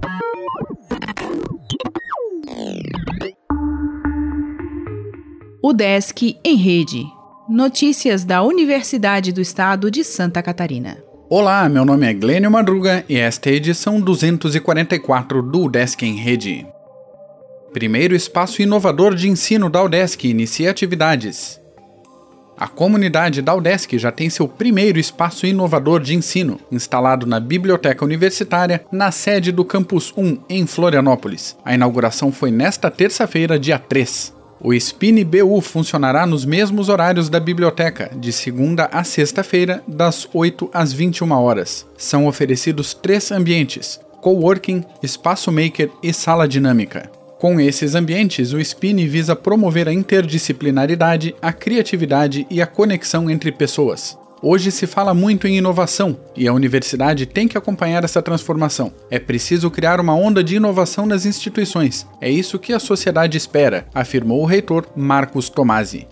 UDESC em Rede. Notícias da Universidade do Estado de Santa Catarina. Olá, meu nome é Glênio Madruga e esta é a edição 244 do UDESC em Rede. Primeiro espaço inovador de ensino da UDESC inicia atividades. A comunidade da UDESC já tem seu primeiro espaço inovador de ensino, instalado na Biblioteca Universitária, na sede do Campus 1, em Florianópolis. A inauguração foi nesta terça-feira, dia 3. O SPIN-BU funcionará nos mesmos horários da biblioteca, de segunda a sexta-feira, das 8 às 21 horas. São oferecidos 3 ambientes: coworking, espaço maker e sala dinâmica. Com esses ambientes, o SPIN visa promover a interdisciplinaridade, a criatividade e a conexão entre pessoas. Hoje se fala muito em inovação e a universidade tem que acompanhar essa transformação. É preciso criar uma onda de inovação nas instituições. É isso que a sociedade espera, afirmou o reitor Marcos Tomasi.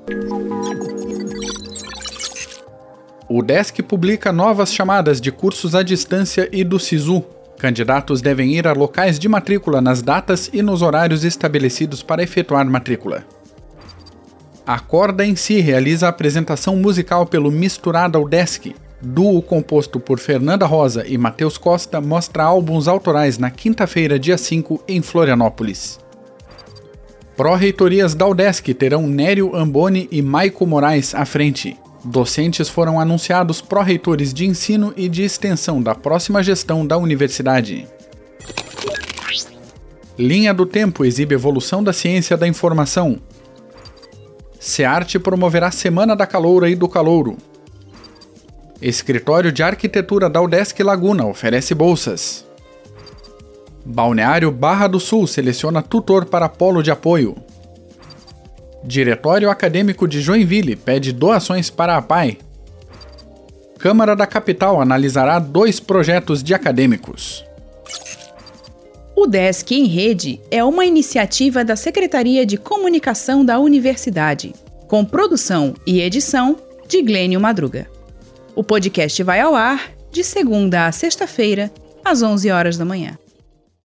O UDESC publica novas chamadas de cursos à distância e do SISU. Candidatos devem ir a locais de matrícula nas datas e nos horários estabelecidos para efetuar matrícula. A Corda em Si realiza a apresentação musical pelo Misturada UDESC. Duo composto por Fernanda Rosa e Matheus Costa mostra álbuns autorais na quinta-feira, dia 5, em Florianópolis. Pró-reitorias da UDESC terão Nério Amboni e Maico Moraes à frente. Docentes foram anunciados pró-reitores de ensino e de extensão da próxima gestão da universidade. Linha do Tempo exibe evolução da ciência da informação. SEARTE promoverá Semana da Caloura e do Calouro. Escritório de Arquitetura da UDESC Laguna oferece bolsas. Balneário Barra do Sul seleciona tutor para polo de apoio. Diretório Acadêmico de Joinville pede doações para a PAI. Câmara da Capital analisará 2 projetos de acadêmicos. O UDESC em Rede é uma iniciativa da Secretaria de Comunicação da Universidade, com produção e edição de Glênio Madruga. O podcast vai ao ar de segunda a sexta-feira, às 11 horas da manhã.